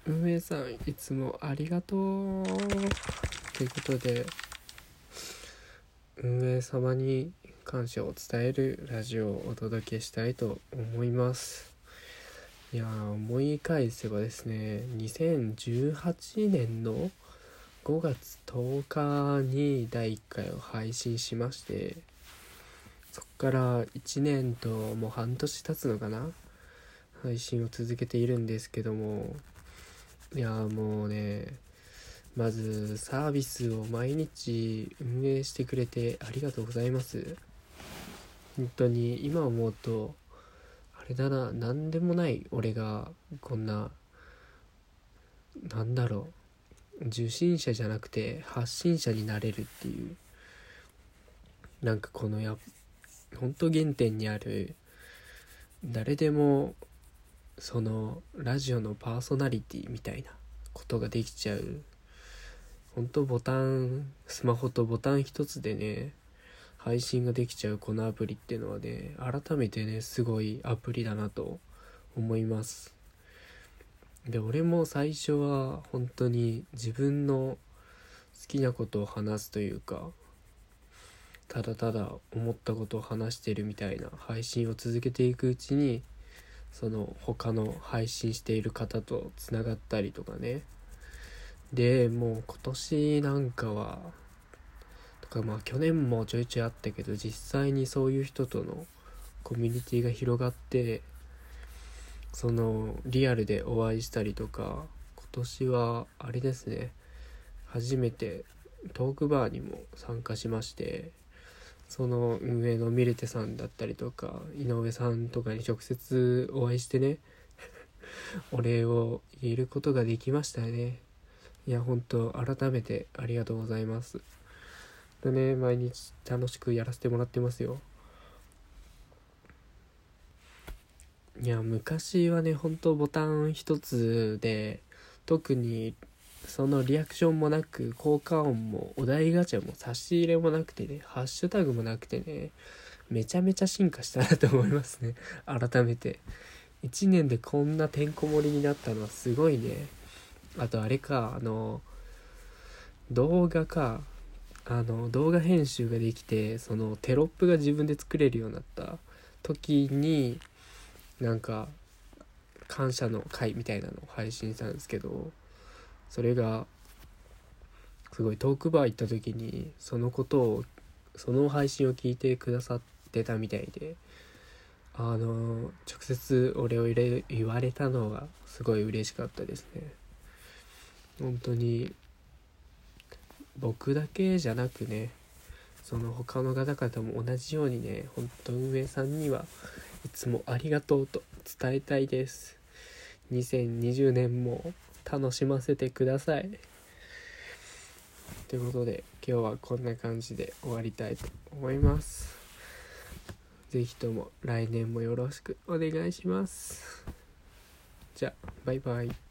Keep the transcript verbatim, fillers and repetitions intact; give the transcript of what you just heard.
運営さんいつもありがとうということで、運営様に感謝を伝えるラジオをお届けしたいと思います。いやー、思い返せばですね、にせんじゅうはちねんのごがつとおかにだいいっかいを配信しまして、そこからいちねんともう半年経つのかな、配信を続けているんですけども、いやーもうね、まずサービスを毎日運営してくれてありがとうございます。本当に今思うとあれだな、なんでもない俺がこんな、なんだろう、受信者じゃなくて発信者になれるっていう、なんかこのや本当原点にある、誰でもそのラジオのパーソナリティみたいなことができちゃう、本当ボタンスマホとボタン一つでね配信ができちゃうこのアプリっていうのはね、改めてねすごいアプリだなと思います。で、俺も最初は本当に自分の好きなことを話すというか、ただただ思ったことを話してるみたいな配信を続けていくうちに、その他の配信している方とつながったりとかね。でもう今年なんかはとか、まあ去年もちょいちょいあったけど、実際にそういう人とのコミュニティが広がって、そのリアルでお会いしたりとか、今年はあれですね、初めてトークバーにも参加しまして、その運営のミレテさんだったりとか井上さんとかに直接お会いしてねお礼を言えることができましたね。いや本当改めてありがとうございます。でね、毎日楽しくやらせてもらってますよ。いや昔はね、本当ボタン一つで、特にそのリアクションもなく、効果音もお題ガチャも差し入れもなくてね、ハッシュタグもなくてね、めちゃめちゃ進化したなと思いますね。改めていちねんでこんなてんこ盛りになったのはすごいね。あとあれか、あの動画か、あの動画編集ができて、そのテロップが自分で作れるようになった時に、なんか感謝の会みたいなのを配信したんですけど、それがすごいトークバー行った時にそのことを、その配信を聞いてくださってたみたいで、あの直接お礼を言われたのがすごい嬉しかったですね。本当に僕だけじゃなくね、その他の方々も同じようにね、本当運営さんにはいつもありがとうと伝えたいです。にせんにじゅうねんも楽しませてください。ということで今日はこんな感じで終わりたいと思います。ぜひとも来年もよろしくお願いします。じゃあバイバイ。